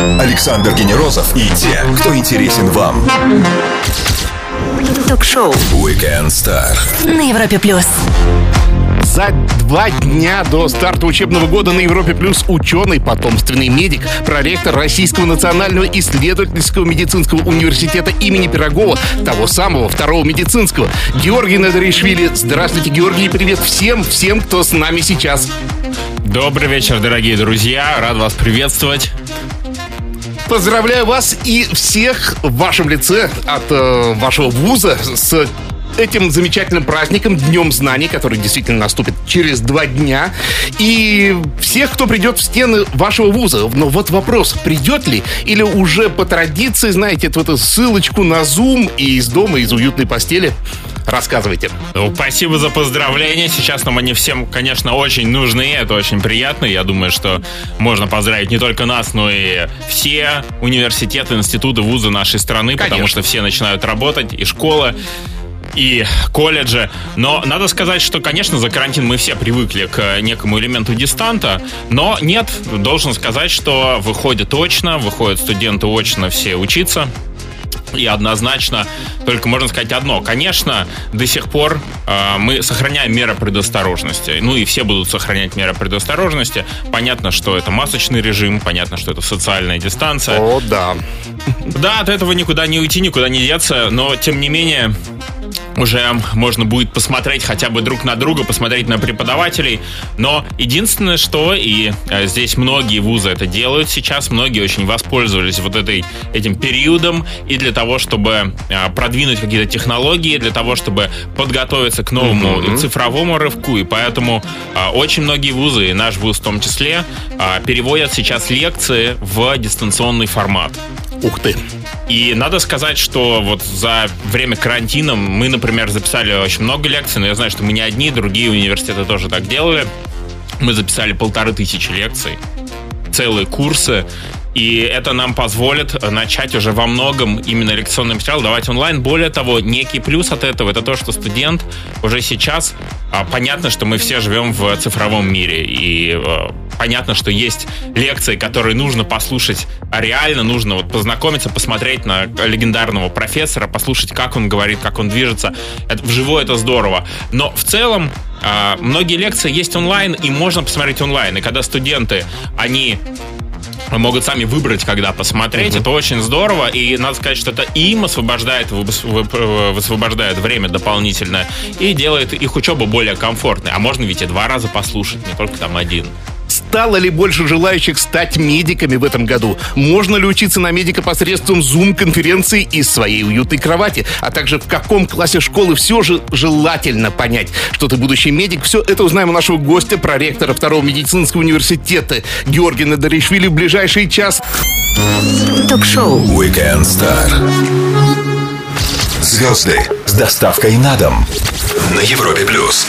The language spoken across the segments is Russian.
Александр Генерозов и те, кто интересен вам. Ток-шоу Weekend Star на Европе+. За 2 дня до старта учебного года на Европе Плюс ученый, потомственный медик, проректор Российского национального исследовательского медицинского университета имени Пирогова, того самого второго медицинского, Георгий Надаришвили. Здравствуйте, Георгий, привет всем, кто с нами сейчас. Добрый вечер, дорогие друзья, рад вас приветствовать. Поздравляю вас и всех в вашем лице от вашего вуза с этим замечательным праздником, Днем знаний, который действительно наступит через 2 дня. И всех, кто придет в стены вашего вуза. Но вот вопрос, придет ли? Или уже по традиции, знаете, эту ссылочку на Zoom и из дома, из уютной постели? Рассказывайте. Спасибо за поздравления. Сейчас нам они всем, конечно, очень нужны. Это очень приятно. Я думаю, что можно поздравить не только нас, но и все университеты, институты, вузы нашей страны. Конечно. Потому что все начинают работать, и школы, и колледжи. Но надо сказать, что, конечно, за карантин мы все привыкли к некому элементу дистанта. Но нет, должен сказать, что выходят студенты очно все учиться. И однозначно только можно сказать одно. Конечно, до сих пор мы сохраняем меры предосторожности. Ну и все будут сохранять меры предосторожности. Понятно, что это масочный режим, понятно, что это социальная дистанция. О, да. Да, от этого никуда не уйти, никуда не деться. Но, тем не менее, уже можно будет посмотреть хотя бы друг на друга, посмотреть на преподавателей. Но единственное, что, и здесь многие вузы это делают сейчас, многие очень воспользовались этим периодом и для того, чтобы продвинуть какие-то технологии, для того, чтобы подготовиться к новому цифровому рывку. И поэтому очень многие вузы, и наш вуз в том числе, переводят сейчас лекции в дистанционный формат. Ух ты! И надо сказать, что вот за время карантина мы, например, записали очень много лекций, но я знаю, что мы не одни, другие университеты тоже так делали. Мы записали 1500 лекций, целые курсы. И это нам позволит начать уже во многом именно лекционный материал давать онлайн. Более того, некий плюс от этого — это то, что студент уже сейчас... Понятно, что мы все живем в цифровом мире. И понятно, что есть лекции, которые нужно послушать реально. Нужно познакомиться, посмотреть на легендарного профессора, послушать, как он говорит, как он движется. Вживую это здорово. Но в целом многие лекции есть онлайн, и можно посмотреть онлайн. И когда студенты, они могут сами выбрать, когда посмотреть. Это очень здорово. И надо сказать, что это им высвобождает время дополнительное и делает их учебу более комфортной. А можно ведь и 2 раза послушать, не только там 1. Стало ли больше желающих стать медиками в этом году? Можно ли учиться на медика посредством Zoom-конференции из своей уютной кровати? А также в каком классе школы все же желательно понять, что ты будущий медик? Все это узнаем у нашего гостя, проректора второго медицинского университета Георгия Надаришвили в ближайший час. Ток-шоу Weekend Star. Звезды с доставкой на дом на Европе Плюс.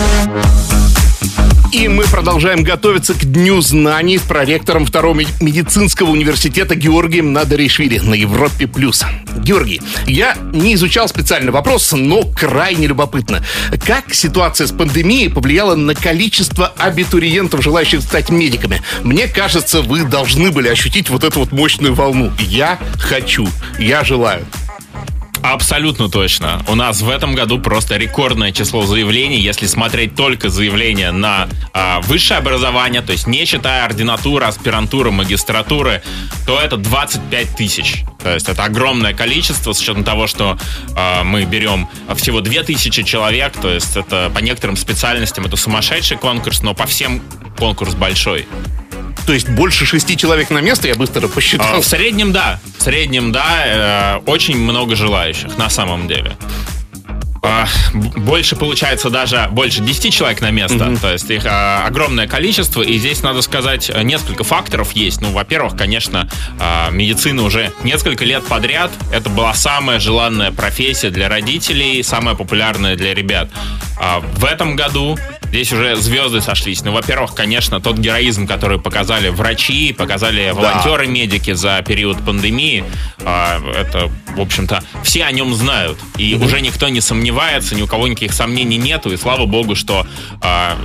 И мы продолжаем готовиться к Дню знаний с проректором второго медицинского университета Георгием Надаришвили на Европе+. Георгий, я не изучал специальный вопрос, но крайне любопытно. Как ситуация с пандемией повлияла на количество абитуриентов, желающих стать медиками? Мне кажется, вы должны были ощутить эту мощную волну. Я хочу, я желаю. Абсолютно точно. У нас в этом году просто рекордное число заявлений. Если смотреть только заявления на высшее образование, то есть не считая ординатуры, аспирантуры, магистратуры, то это 25 тысяч. То есть это огромное количество, с учетом того, что мы берем всего 2000 человек. То есть это по некоторым специальностям это сумасшедший конкурс, но по всем конкурс большой. То есть больше 6 человек на место, я быстро посчитал. В среднем, да. Очень много желающих, на самом деле. Больше, получается, даже больше 10 человек на место. То есть их огромное количество. И здесь, надо сказать, несколько факторов есть. Во-первых, конечно, медицина уже несколько лет подряд это была самая желанная профессия для родителей, самая популярная для ребят. В этом году здесь уже звезды сошлись. Во-первых, конечно, тот героизм, который показали врачи, показали волонтеры-медики за период пандемии, это, в общем-то, все о нем знают. И уже никто не сомневается, ни у кого никаких сомнений нету. И слава богу, что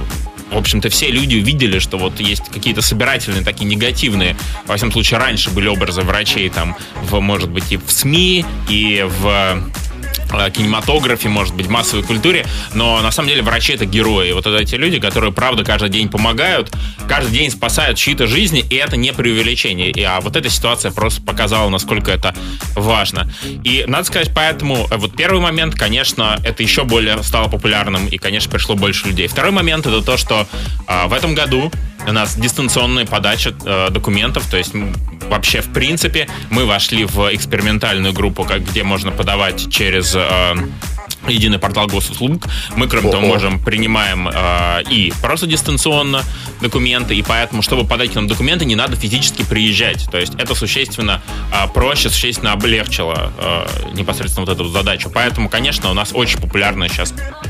в общем-то, все люди увидели, что вот есть какие-то собирательные, такие негативные, во всяком случае, раньше были образы врачей там, может быть, и в СМИ, и в кинематографе, может быть, в массовой культуре, но на самом деле врачи — это герои. Вот это те люди, которые, правда, каждый день помогают, каждый день спасают чьи-то жизни, и это не преувеличение. А вот эта ситуация просто показала, насколько это важно. И надо сказать, поэтому вот первый момент, конечно, это еще более стало популярным, и, конечно, пришло больше людей. Второй момент — это то, что в этом году у нас дистанционная подача документов, то есть вообще, в принципе, мы вошли в экспериментальную группу, где можно подавать через единый портал госуслуг. Мы, кроме того, принимаем и просто дистанционно документы, и поэтому, чтобы подать нам документы, не надо физически приезжать. То есть это существенно проще, существенно облегчило непосредственно вот эту задачу. Поэтому, конечно, у нас очень популярная сейчас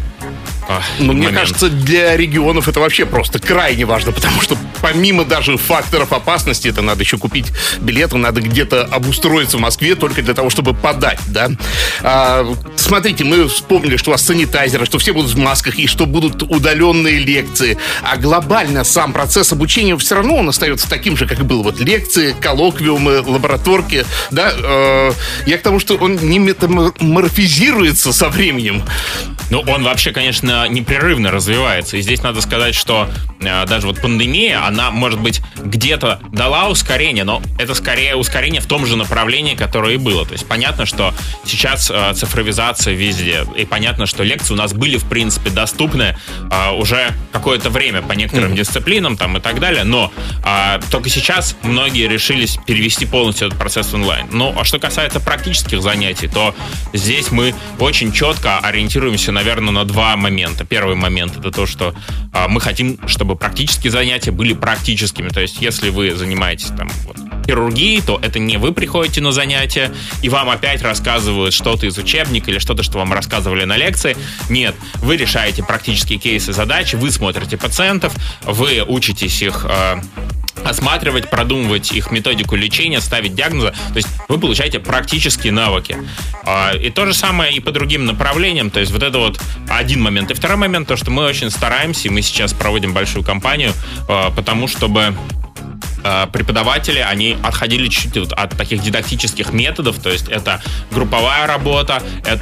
но мне кажется, для регионов это вообще просто крайне важно, потому что помимо даже факторов опасности, это надо еще купить билеты, надо где-то обустроиться в Москве только для того, чтобы подать, да. Смотрите, мы вспомнили, что у вас санитайзеры, что все будут в масках и что будут удаленные лекции, а глобально сам процесс обучения все равно он остается таким же, как и был. Вот лекции, коллоквиумы, лабораторки, да. Я к тому, что он не метаморфизируется со временем. Ну, он вообще, конечно, непрерывно развивается. И здесь надо сказать, что даже вот пандемия, она, может быть, где-то дала ускорение, но это скорее ускорение в том же направлении, которое и было. То есть понятно, что сейчас цифровизация везде. И понятно, что лекции у нас были, в принципе, доступны уже какое-то время по некоторым дисциплинам там, и так далее. Но только сейчас многие решились перевести полностью этот процесс в онлайн. Ну, а что касается практических занятий, то здесь мы очень четко ориентируемся, наверное, на два момента. Первый момент — это то, что мы хотим, чтобы практические занятия были практическими. То есть, если вы занимаетесь там хирургией, то это не вы приходите на занятия, и вам опять рассказывают что-то из учебника или что-то, что вам рассказывали на лекции. Нет, вы решаете практические кейсы, задачи, вы смотрите пациентов, вы учитесь их осматривать, продумывать их методику лечения, ставить диагнозы. То есть вы получаете практические навыки. И то же самое и по другим направлениям. То есть вот это вот один момент. И второй момент, то, что мы очень стараемся, и мы сейчас проводим большую кампанию, потому чтобы преподаватели, они отходили чуть-чуть от таких дидактических методов, то есть это групповая работа,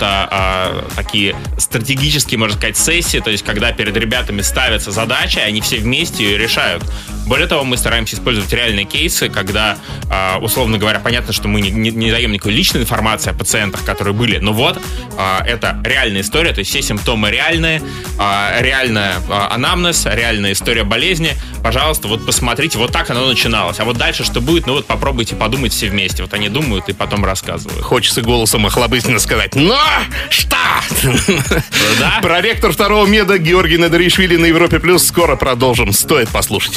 это такие стратегические, можно сказать, сессии, то есть когда перед ребятами ставятся задачи, они все вместе ее решают. Более того, мы стараемся использовать реальные кейсы, когда, условно говоря, понятно, что мы не даем никакой личной информации о пациентах, которые были, но вот это реальная история, то есть все симптомы реальные, реальная анамнез, реальная история болезни. Пожалуйста, вот посмотрите, вот так оно начиналось. А вот дальше что будет, ну вот попробуйте подумать все вместе. Вот они думают и потом рассказывают. Хочется голосом охлобыстенно сказать: «Ну, что?» Да? Проректор второго меда Георгий Надаришвили на Европе+. Скоро продолжим. Стоит послушать.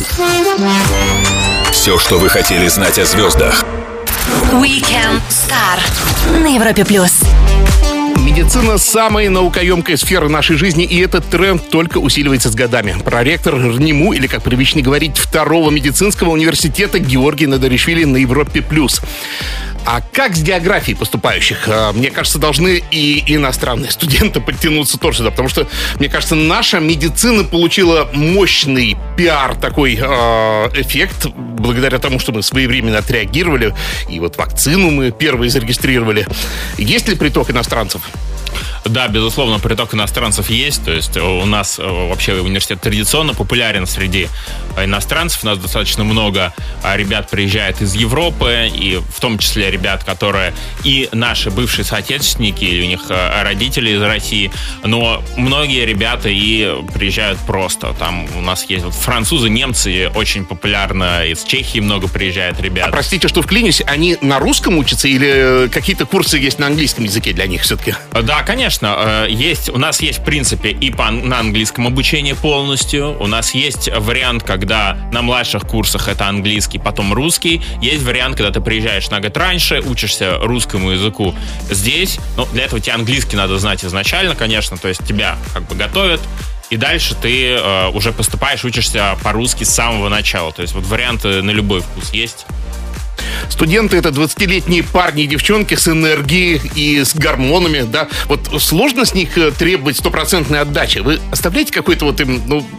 Все, что вы хотели знать о звездах. Weekend Star на Европе+. Медицина — самая наукоемкая сфера нашей жизни, и этот тренд только усиливается с годами. Проректор РНИМУ, или, как привычно говорить, второго медицинского университета Георгий Надаришвили на Европе+. А как с географией поступающих? Мне кажется, должны и иностранные студенты подтянуться тоже сюда, потому что, мне кажется, наша медицина получила мощный пиар, такой эффект, благодаря тому, что мы своевременно отреагировали, и вот вакцину мы первые зарегистрировали. Есть ли приток иностранцев? Да, безусловно, приток иностранцев есть. То есть у нас вообще университет традиционно популярен среди иностранцев. У нас достаточно много ребят приезжает из Европы, и в том числе ребят, которые и наши бывшие соотечественники, или у них родители из России. Но многие ребята и приезжают просто. Там у нас есть вот французы, немцы, очень популярно. Из Чехии много приезжает ребят. А простите, что вклинюсь, они на русском учатся или какие-то курсы есть на английском языке для них все-таки? Да, конечно. У нас есть, в принципе, и на английском обучение полностью. У нас есть вариант, когда на младших курсах это английский, потом русский. Есть вариант, когда ты приезжаешь на год раньше, учишься русскому языку здесь. Но для этого тебе английский надо знать изначально, конечно. То есть тебя как бы готовят. И дальше ты уже поступаешь, учишься по-русски с самого начала. То есть вот варианты на любой вкус есть. Студенты — это 20-летние парни и девчонки с энергией и с гормонами, да. Вот сложно с них требовать стопроцентной отдачи. Вы оставляете какой-то вот им,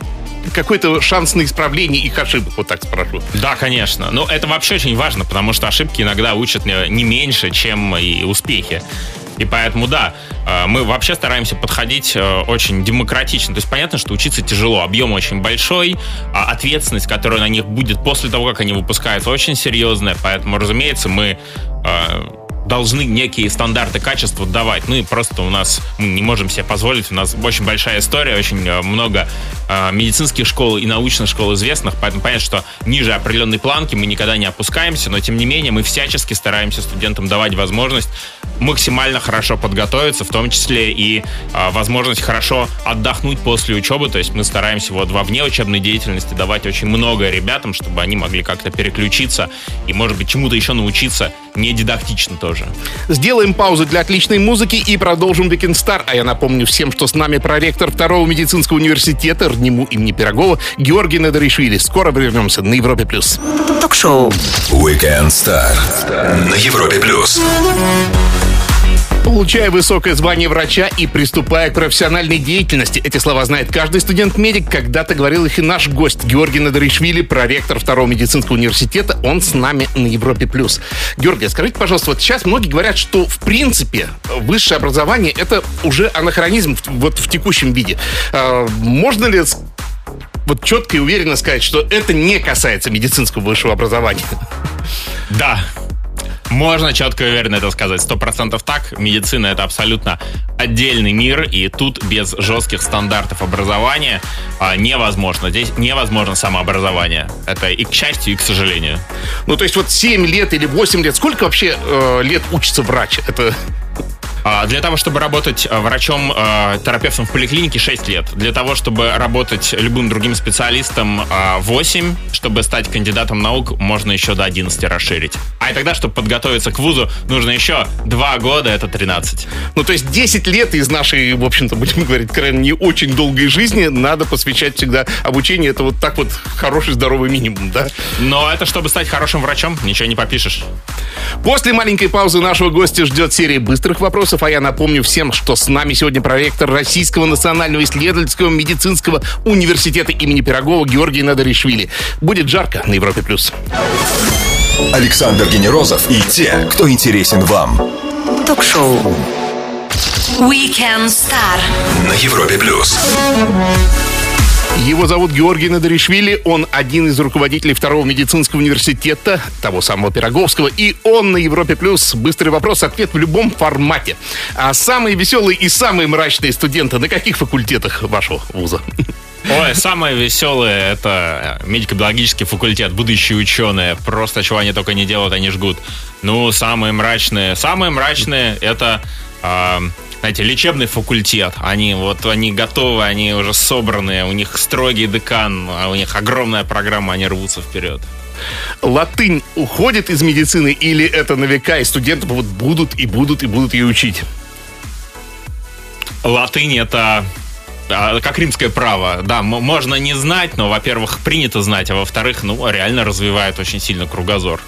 какой-то шанс на исправление их ошибок, вот так спрошу. Да, конечно. Но это вообще очень важно, потому что ошибки иногда учат не меньше, чем и успехи. И поэтому, да, мы вообще стараемся подходить очень демократично. То есть понятно, что учиться тяжело, объем очень большой, а ответственность, которая на них будет после того, как они выпускаются, очень серьезная. Поэтому, разумеется, мы должны некие стандарты качества давать. Ну и просто мы не можем себе позволить. У нас очень большая история, очень много медицинских школ и научных школ известных, поэтому понятно, что ниже определенной планки мы никогда не опускаемся, но тем не менее мы всячески стараемся студентам давать возможность максимально хорошо подготовиться, в том числе и возможность хорошо отдохнуть после учебы. То есть мы стараемся во внеучебной деятельности давать очень много ребятам, чтобы они могли как-то переключиться и, может быть, чему-то еще научиться, не дидактично тоже. Сделаем паузу для отличной музыки и продолжим Weekend Star. А я напомню всем, что с нами проректор Второго медицинского университета РНИМУ имени Пирогова Георгий Надаришвили. Скоро вернемся на Европе+. Ток-шоу Weekend Star на Европе+. Получая высокое звание врача и приступая к профессиональной деятельности. Эти слова знает каждый студент-медик. Когда-то говорил их и наш гость Георгий Надаришвили, проректор Второго медицинского университета. Он с нами на Европе+. Георгий, скажите, пожалуйста, вот сейчас многие говорят, что в принципе высшее образование — это уже анахронизм вот в текущем виде. Можно ли вот четко и уверенно сказать, что это не касается медицинского высшего образования? Да. Можно четко и уверенно это сказать. 100% так. Медицина — это абсолютно отдельный мир, и тут без жестких стандартов образования невозможно. Здесь невозможно самообразование. Это и к счастью, и к сожалению. Ну, то есть вот 7 лет или 8 лет, сколько вообще лет учится врач? Это... Для того, чтобы работать врачом-терапевтом в поликлинике, 6 лет. Для того, чтобы работать любым другим специалистом, 8. Чтобы стать кандидатом наук, можно еще до 11 расширить. А и тогда, чтобы подготовиться к вузу, нужно еще 2 года, это 13. Ну, то есть 10 лет из нашей, в общем-то, будем говорить, крайне не очень долгой жизни надо посвящать всегда обучению. Это вот так вот хороший, здоровый минимум, да? Но это чтобы стать хорошим врачом, ничего не попишешь. После маленькой паузы нашего гостя ждет серия быстрых вопросов, а я напомню всем, что с нами сегодня проректор Российского национального исследовательского медицинского университета имени Пирогова Георгий Надаришвили. Будет жарко на Европе+. Александр Генерозов и те, кто интересен вам. Ток-шоу Weekend Star На Европе+. Его зовут Георгий Надаришвили, он один из руководителей Второго медицинского университета, того самого Пироговского, и он на Европе+. Быстрый вопрос-ответ в любом формате. А самые веселые и самые мрачные студенты на каких факультетах вашего вуза? Ой, самое веселое — это медико-биологический факультет, будущие ученые. Просто чего они только не делают, они жгут. Ну, самые мрачные — это... знаете, лечебный факультет. Они готовы, они уже собранные, у них строгий декан, у них огромная программа, они рвутся вперед. Латынь уходит из медицины или это на века, и студенты вот будут ее учить? Латынь — это как римское право. Да, можно не знать, но, во-первых, принято знать, а во-вторых, реально развивает очень сильно кругозор.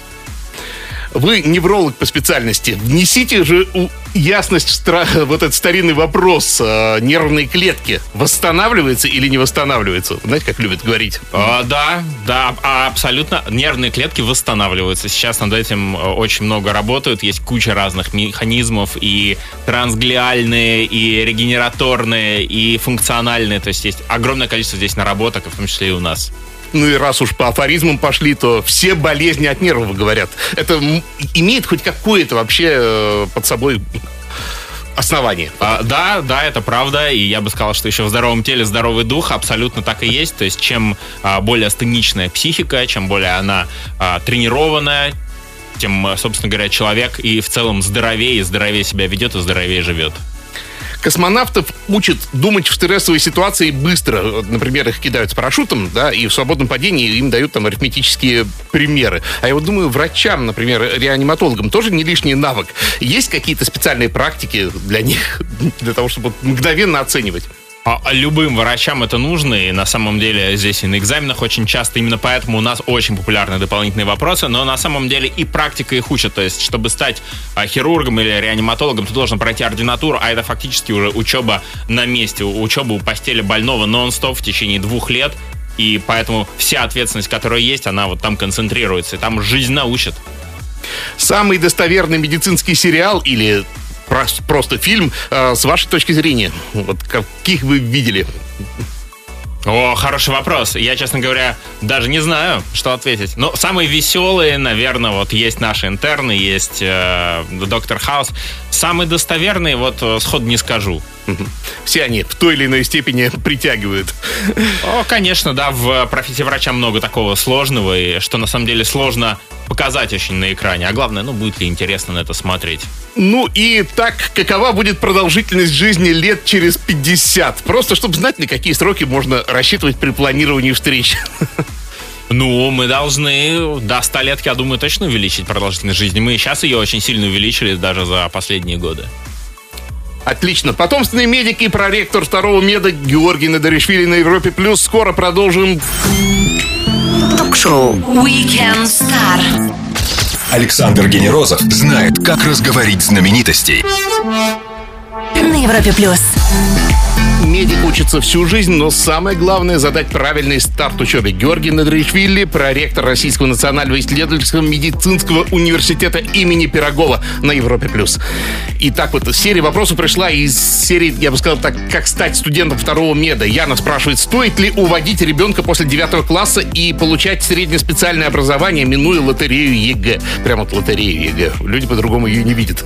Вы невролог по специальности. Внесите же ясность в вот этот старинный вопрос. Нервные клетки восстанавливаются или не восстанавливаются? Знаете, как любят говорить? Да, абсолютно. Нервные клетки восстанавливаются. Сейчас над этим очень много работают. Есть куча разных механизмов, и трансглиальные, и регенераторные, и функциональные. То есть огромное количество здесь наработок, в том числе и у нас. Ну и раз уж по афоризмам пошли, то все болезни от нервов, говорят. Это имеет хоть какое-то вообще под собой основание? Да, это правда. И я бы сказал, что еще в здоровом теле здоровый дух. Абсолютно так и есть. То есть чем более астеничная психика, чем более она тренированная, тем, собственно говоря, человек и в целом здоровее себя ведет и здоровее живет. Космонавтов учат думать в стрессовой ситуации быстро. Например, их кидают с парашютом, да, и в свободном падении им дают там арифметические примеры. А я вот думаю, врачам, например, реаниматологам тоже не лишний навык. Есть какие-то специальные практики для них, для того, чтобы мгновенно оценивать? Любым врачам это нужно, и на самом деле здесь и на экзаменах очень часто, именно поэтому у нас очень популярны дополнительные вопросы, но на самом деле и практика их учат. То есть, чтобы стать хирургом или реаниматологом, ты должен пройти ординатуру, а это фактически уже учеба на месте, учеба у постели больного нон-стоп в течение 2 лет. и поэтому вся ответственность, которая есть, она вот там концентрируется, и там жизнь научит. Самый достоверный медицинский сериал или просто фильм, с вашей точки зрения? Вот каких вы видели? О, хороший вопрос. Я, честно говоря, даже не знаю, что ответить. Но самые веселые, наверное, вот есть наши интерны, есть Доктор Хаус. Самые достоверные, вот сходу не скажу. Все они в той или иной степени притягивают. О, конечно, да, в профессии врача много такого сложного, и что на самом деле сложно показать очень на экране. А главное, будет ли интересно на это смотреть. Ну и так, какова будет продолжительность жизни лет через 50? Просто чтобы знать, на какие сроки можно рассчитывать при планировании встреч. Мы должны до 100 лет, я думаю, точно увеличить продолжительность жизни. Мы сейчас ее очень сильно увеличили даже за последние годы. Отлично. Потомственный медик и проректор второго меда Георгий Надаришвили на Европе+. Скоро продолжим. Ток-шоу We Can Start. Александр Генерозов знает, как разговорить знаменитостей. На Европе+. Медик учится всю жизнь, но самое главное — задать правильный старт учебе. Георгий Надаришвили, проректор Российского национального исследовательского медицинского университета имени Пирогова на Европе+. Итак, вот серия вопросов пришла из серии, я бы сказал так, как стать студентом второго меда. Яна спрашивает, стоит ли уводить ребенка после 9 класса и получать среднеспециальное образование, минуя лотерею ЕГЭ. Прямо вот лотерею ЕГЭ. Люди по-другому ее не видят.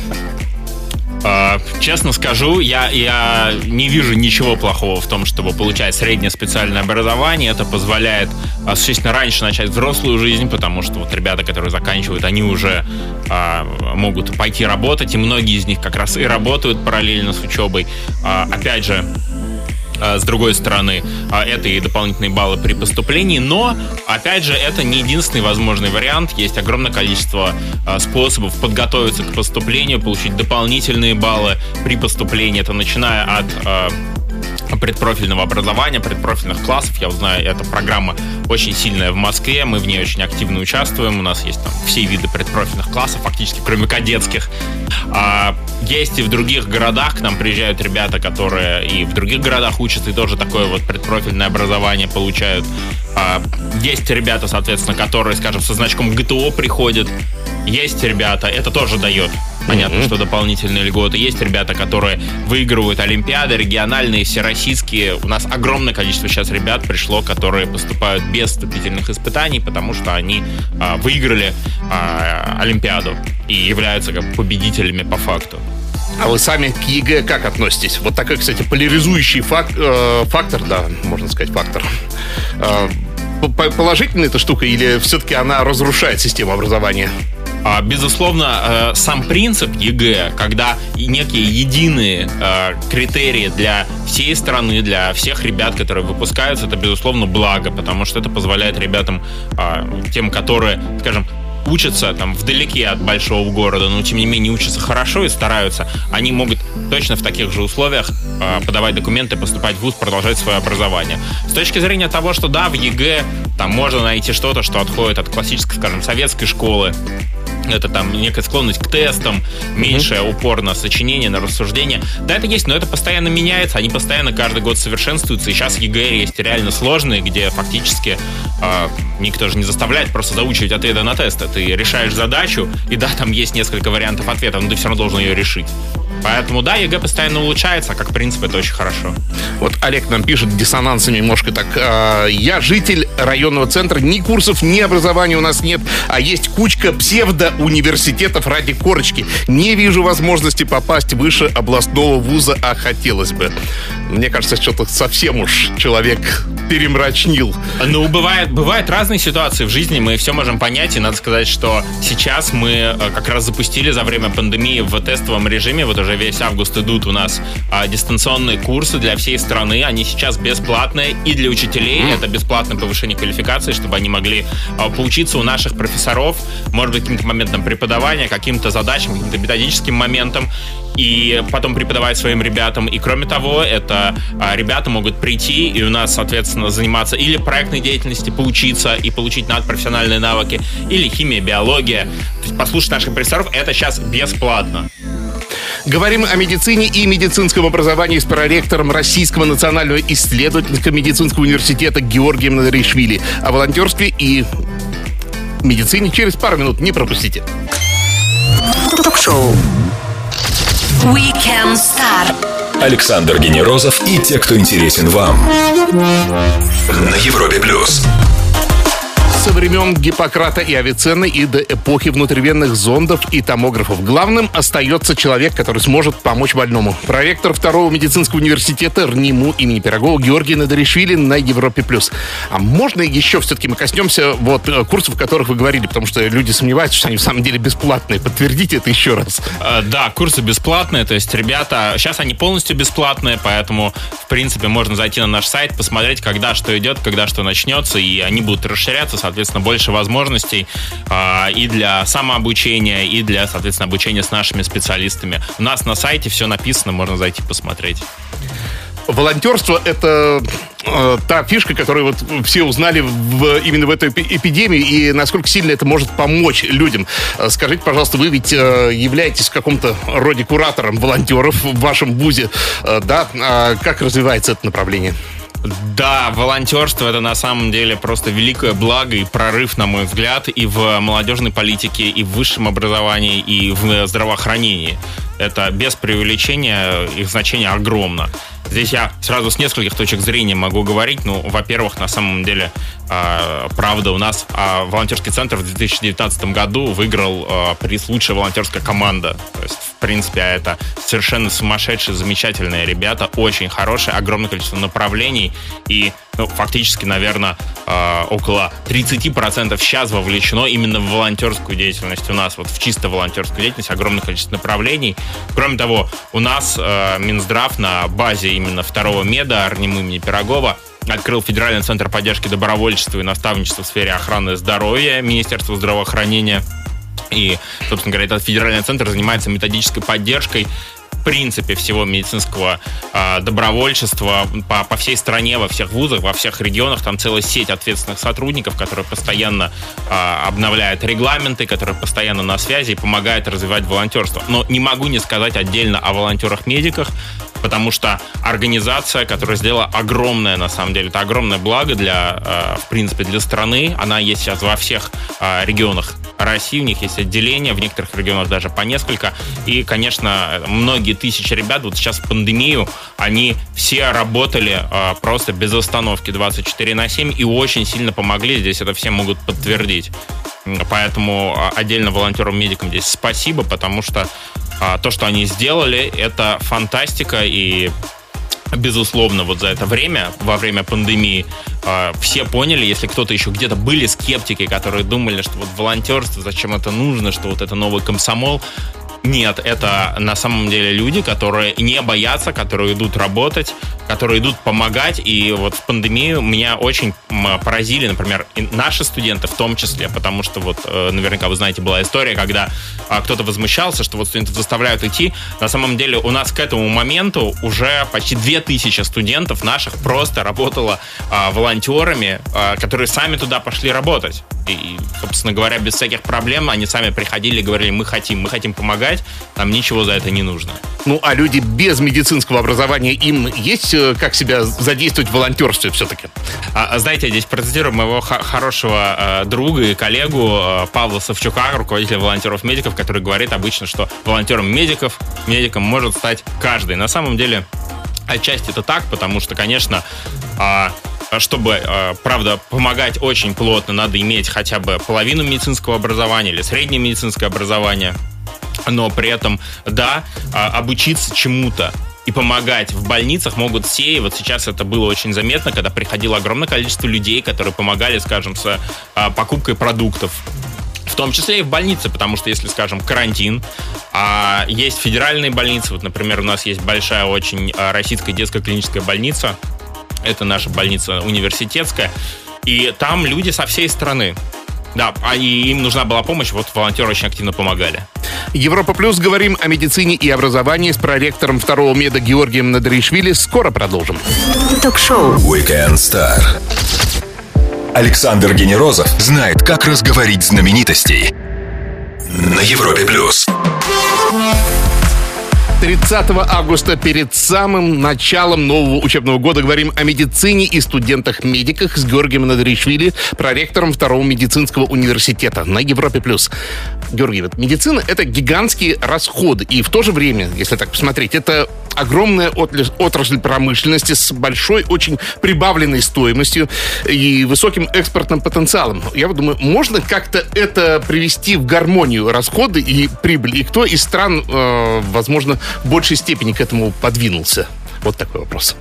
Честно скажу, я не вижу ничего плохого в том, чтобы получать среднее специальное образование. Это позволяет существенно раньше начать взрослую жизнь, потому что вот ребята, которые заканчивают, они уже могут пойти работать, и многие из них как раз и работают параллельно с учебой. Опять же, с другой стороны, это и дополнительные баллы при поступлении, но, опять же, это не единственный возможный вариант. Есть огромное количество способов подготовиться к поступлению, получить дополнительные баллы при поступлении. Это начиная от предпрофильного образования, предпрофильных классов. Я знаю, эта программа очень сильная в Москве, мы в ней очень активно участвуем. У нас есть там все виды предпрофильных классов, фактически, кроме кадетских. Есть и в других городах, к нам приезжают ребята, которые и в других городах учатся, и тоже такое вот предпрофильное образование получают. Есть ребята, соответственно, которые, скажем, со значком ГТО приходят. Есть ребята, это тоже дает, понятно, что дополнительные льготы. Есть ребята, которые выигрывают олимпиады, региональные, всероссийские. У нас огромное количество сейчас ребят пришло, которые поступают без вступительных испытаний, потому что они выиграли олимпиаду и являются как победителями по факту. А вы сами к ЕГЭ как относитесь? Вот такой, кстати, поляризующий фактор, да, можно сказать, фактор. Положительная эта штука или все-таки она разрушает систему образования? Безусловно, сам принцип ЕГЭ, когда некие единые критерии для всей страны, для всех ребят, которые выпускаются, это, безусловно, благо, потому что это позволяет ребятам, тем, которые, скажем, учатся там вдалеке от большого города, но тем не менее учатся хорошо и стараются, они могут точно в таких же условиях подавать документы, поступать в вуз, продолжать свое образование. С точки зрения того, что да, в ЕГЭ там можно найти что-то, что отходит от классической, скажем, советской школы, это там некая склонность к тестам, меньшее упор на сочинение, на рассуждение. Да, это есть, но это постоянно меняется, они постоянно каждый год совершенствуются. И сейчас ЕГЭ есть реально сложные, где фактически никто же не заставляет просто заучивать ответы на тесты. Ты решаешь задачу, и да, там есть несколько вариантов ответов, но ты все равно должен ее решить. Поэтому да, ЕГЭ постоянно улучшается, а как принцип это очень хорошо. Вот Олег нам пишет диссонансом немножко так. Я житель районного центра, ни курсов, ни образования у нас нет, а есть кучка псевдоуниверситетов ради корочки. Не вижу возможности попасть выше областного вуза, а хотелось бы. Мне кажется, что-то совсем уж человек перемрачнил. Ну, бывают разные ситуации в жизни, мы все можем понять, и надо сказать, что сейчас мы как раз запустили за время пандемии в тестовом режиме, вот уже весь август идут у нас дистанционные курсы для всей страны, они сейчас бесплатные и для учителей, это бесплатное повышение квалификации, чтобы они могли поучиться у наших профессоров, может быть, каким-то моментом преподавания, каким-то задачам, каким-то методическим моментам, и потом преподавать своим ребятам. И кроме того, это ребята могут прийти и у нас, соответственно, заниматься или проектной деятельностью, поучиться и получить надпрофессиональные навыки, или химия, биология. То есть послушать наших профессоров, это сейчас бесплатно. Говорим о медицине и медицинском образовании с проректором Российского национального исследовательского медицинского университета Георгием Надаришвили. О волонтерстве и медицине через пару минут. Не пропустите. Ток-шоу Weekend Star. Александр Генерозов и те, кто интересен вам. На Европе+. Со времен Гиппократа и Авиценны и до эпохи внутривенных зондов и томографов главным остается человек, который сможет помочь больному. Проректор Второго медицинского университета РНИМУ имени Пирогова Георгий Надаришвили на Европе+. А можно еще все-таки мы коснемся курсов, о которых вы говорили, потому что люди сомневаются, что они в самом деле бесплатные. Подтвердите это еще раз. Да, курсы бесплатные, то есть ребята, сейчас они полностью бесплатные, поэтому, в принципе, можно зайти на наш сайт, посмотреть, когда что идет, когда что начнется, и они будут расширяться, соответственно, больше возможностей и для самообучения, и для, соответственно, обучения с нашими специалистами. У нас на сайте все написано, можно зайти посмотреть. Волонтерство — это та фишка, которую все узнали именно в этой эпидемии, и насколько сильно это может помочь людям. Скажите, пожалуйста, вы ведь являетесь в каком-то роде куратором волонтеров в вашем вузе, да? Как развивается это направление? Да, волонтерство — это на самом деле просто великое благо и прорыв, на мой взгляд, и в молодежной политике, и в высшем образовании, и в здравоохранении. Это без преувеличения, их значение огромно. Здесь я сразу с нескольких точек зрения могу говорить. Ну, во-первых, на самом деле, правда, у нас волонтерский центр в 2019 году выиграл приз «Лучшая волонтерская команда». То есть, в принципе, это совершенно сумасшедшие, замечательные ребята, очень хорошие, огромное количество направлений. И фактически, наверное, около 30% сейчас вовлечено именно в волонтерскую деятельность у нас, в чисто волонтерскую деятельность, огромное количество направлений. Кроме того, у нас Минздрав на базе именно второго меда РНИМУ имени Пирогова открыл Федеральный центр поддержки добровольчества и наставничества в сфере охраны здоровья Министерства здравоохранения. И, собственно говоря, этот федеральный центр занимается методической поддержкой в принципе всего медицинского добровольчества по всей стране, во всех вузах, во всех регионах. Там целая сеть ответственных сотрудников, которые постоянно обновляют регламенты, которые постоянно на связи и помогают развивать волонтерство. Но не могу не сказать отдельно о волонтерах-медиках, потому что организация, которая сделала огромное, на самом деле, это огромное благо в принципе, для страны. Она есть сейчас во всех регионах России, у них есть отделения, в некоторых регионах даже по несколько. И, конечно, многие тысячи ребят, сейчас в пандемию, они все работали просто без остановки 24/7 и очень сильно помогли. Здесь это все могут подтвердить. Поэтому отдельно волонтерам-медикам здесь спасибо, потому что то, что они сделали, это фантастика. И, безусловно, за это время, во время пандемии, все поняли, если кто-то еще где-то были скептики, которые думали, что волонтерство, зачем это нужно, что это новый комсомол. Нет, это на самом деле люди, которые не боятся, которые идут работать, которые идут помогать. И в пандемию меня очень поразили, например, и наши студенты в том числе, потому что наверняка вы знаете, была история, когда кто-то возмущался, что студентов заставляют идти. На самом деле у нас к этому моменту уже почти 2000 студентов наших просто работало волонтерами, которые сами туда пошли работать. И, собственно говоря, без всяких проблем они сами приходили и говорили: мы хотим помогать, нам ничего за это не нужно. Ну, а люди без медицинского образования, им есть как себя задействовать в волонтерстве все-таки? Знаете, я здесь процитирую моего хорошего друга и коллегу Павла Савчука, руководителя волонтеров-медиков, который говорит обычно, что волонтером-медиком может стать каждый. На самом деле, отчасти это так, потому что, конечно, чтобы, правда, помогать очень плотно, надо иметь хотя бы половину медицинского образования или среднее медицинское образование. Но при этом, да, обучиться чему-то и помогать в больницах могут все. И сейчас это было очень заметно, когда приходило огромное количество людей, которые помогали, скажем, с покупкой продуктов. В том числе и в больнице, потому что, если, скажем, карантин, есть федеральные больницы. Например, у нас есть большая очень российская детская клиническая больница. Это наша больница университетская. И там люди со всей страны. Да, и им нужна была помощь, волонтеры очень активно помогали. Европа Плюс. Говорим о медицине и образовании с проректором второго меда Георгием Надаришвили. Скоро продолжим. Ток-шоу Weekend Star. Александр Генерозов знает, как разговорить знаменитостей на Европе Плюс. 30 августа, перед самым началом нового учебного года, говорим о медицине и студентах-медиках с Георгием Надаришвили, проректором Второго медицинского университета на Европе+. Георгий, вот медицина — это гигантские расходы. И в то же время, если так посмотреть, это огромная отрасль промышленности с большой, очень прибавленной стоимостью и высоким экспортным потенциалом. Я вот думаю, можно как-то это привести в гармонию, расходы и прибыль? И кто из стран, возможно, в большей степени к этому подвинулся? Вот такой вопрос.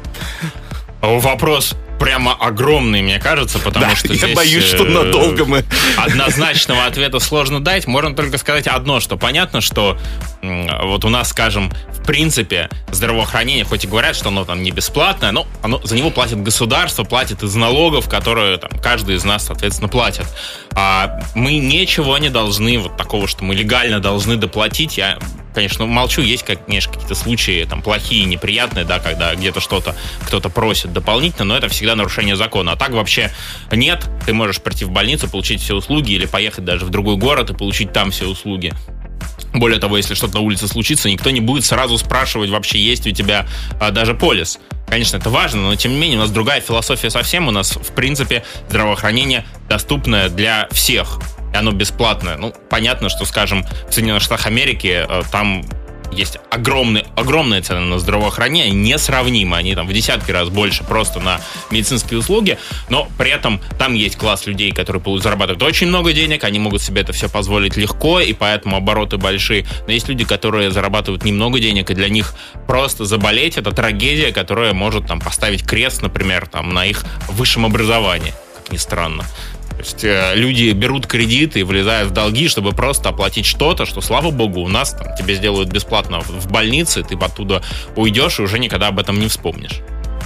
Вопрос прямо огромный, мне кажется, потому что здесь... Я боюсь, что надолго мы... Однозначного ответа сложно дать. Можно только сказать одно, что понятно, что вот у нас, скажем, в принципе, здравоохранение, хоть и говорят, что оно там не бесплатное, но за него платит государство, платит из налогов, которые там каждый из нас, соответственно, платит. А мы ничего не должны, вот такого, что мы легально должны доплатить. Я, конечно, молчу, есть, конечно, какие-то случаи там плохие, неприятные, да, когда где-то что-то кто-то просит дополнительно, но это всегда нарушение закона. А так вообще нет. Ты можешь прийти в больницу, получить все услуги или поехать даже в другой город и получить там все услуги. Более того, если что-то на улице случится, никто не будет сразу спрашивать, вообще есть у тебя даже полис. Конечно, это важно, но тем не менее у нас другая философия совсем. У нас, в принципе, здравоохранение доступное для всех. И оно бесплатное. Ну, понятно, что, скажем, в Соединенных Штатах Америки там есть огромные цены на здравоохранение, несравнимы. Они там в десятки раз больше просто на медицинские услуги, но при этом там есть класс людей, которые зарабатывают очень много денег, они могут себе это все позволить легко, и поэтому обороты большие. Но есть люди, которые зарабатывают немного денег, и для них просто заболеть — это трагедия, которая может там поставить крест, например, там, на их высшем образовании, как ни странно. То есть люди берут кредиты и влезают в долги, чтобы просто оплатить что-то, что, слава богу, у нас там, тебе сделают бесплатно в больнице, ты оттуда уйдешь и уже никогда об этом не вспомнишь.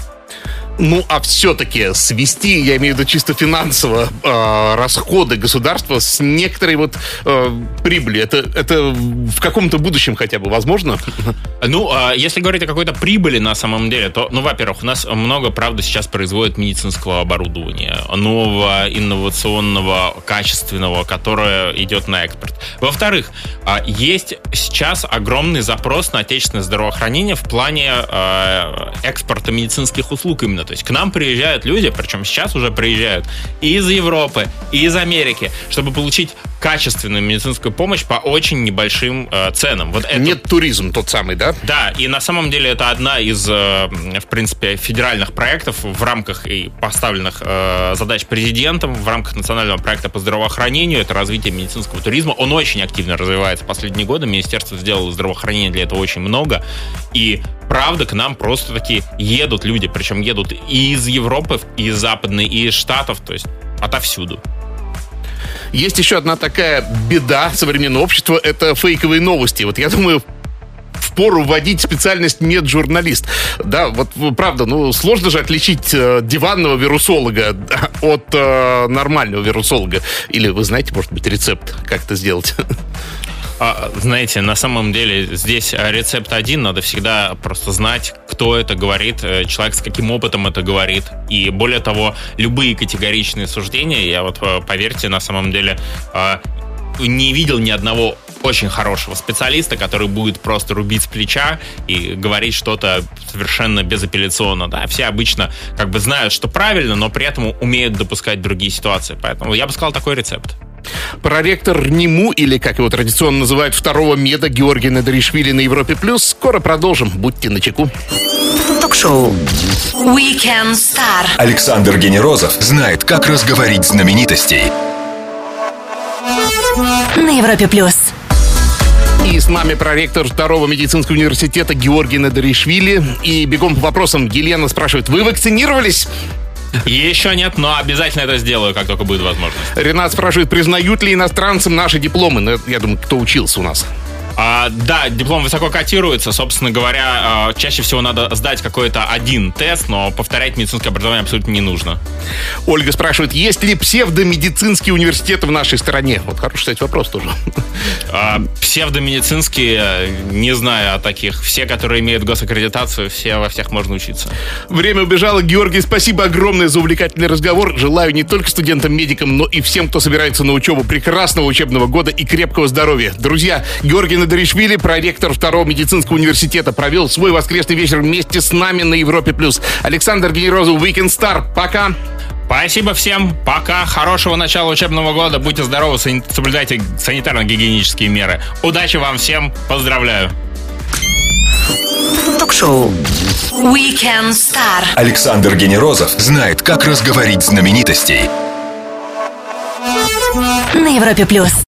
Ну, а все-таки свести, я имею в виду чисто финансово, расходы государства с некоторой вот прибыли, это в каком-то будущем хотя бы возможно? Ну, если говорить о какой-то прибыли на самом деле, то, ну, во-первых, у нас много, правда, сейчас производят медицинского оборудования, нового, инновационного, качественного, которое идет на экспорт. Во-вторых, есть сейчас огромный запрос на отечественное здравоохранение в плане экспорта медицинских услуг именно. То есть к нам приезжают люди, причем сейчас уже приезжают и из Европы, и из Америки, чтобы получить качественную медицинскую помощь по очень небольшим ценам. Вот это... Нет, туризм тот самый, да? Да, и на самом деле это одна из, в принципе, федеральных проектов в рамках и поставленных задач президентом, в рамках национального проекта по здравоохранению, это развитие медицинского туризма. Он очень активно развивается в последние годы, министерство сделало здравоохранение для этого очень много, и правда, к нам просто таки едут люди, причем едут и из Европы, и из Западной, и из Штатов, то есть отовсюду. Есть еще одна такая беда современного общества — это фейковые новости. Вот я думаю, впору вводить специальность меджурналист. Да, вот правда, ну сложно же отличить диванного вирусолога от нормального вирусолога. Или вы знаете, может быть, рецепт, как это сделать? Знаете, на самом деле здесь рецепт один, надо всегда просто знать, кто это говорит, человек с каким опытом это говорит. И более того, любые категоричные суждения, я вот, поверьте, на самом деле не видел ни одного очень хорошего специалиста, который будет просто рубить с плеча и говорить что-то совершенно безапелляционно. Да? Все обычно как бы знают, что правильно, но при этом умеют допускать другие ситуации. Поэтому я бы сказал такой рецепт. Проректор РНИМУ, или, как его традиционно называют, второго меда, Георгий Надаришвили на Европе+. Скоро продолжим. Будьте начеку. Ток-шоу Weekend Star. Александр Генерозов знает, как разговорить знаменитостей. На Европе+. И с нами проректор Второго медицинского университета Георгий Надаришвили. И бегом по вопросам. Елена спрашивает: вы вакцинировались? Еще нет, но обязательно это сделаю, как только будет возможность. Ренат спрашивает: признают ли иностранцам наши дипломы? Ну, я думаю, кто учился у нас. Да, диплом высоко котируется. Собственно говоря, чаще всего надо сдать какой-то один тест, но повторять медицинское образование абсолютно не нужно. Ольга спрашивает: есть ли псевдомедицинские университеты в нашей стране? Вот хороший, кстати, вопрос тоже. Псевдомедицинские, не знаю о таких. Все, которые имеют госаккредитацию, во всех можно учиться. Время убежало. Георгий, спасибо огромное за увлекательный разговор. Желаю не только студентам-медикам, но и всем, кто собирается на учебу, прекрасного учебного года и крепкого здоровья. Друзья, Георгий Надаришвили, проректор Второго медицинского университета, провел свой воскресный вечер вместе с нами на Европе+. Александр Генерозов, Weekend Star. Пока. Спасибо всем. Пока. Хорошего начала учебного года. Будьте здоровы, соблюдайте санитарно-гигиенические меры. Удачи вам всем. Поздравляю. Ток-шоу Weekend Star. Александр Генерозов знает, как разговорить знаменитостей. На Европе+.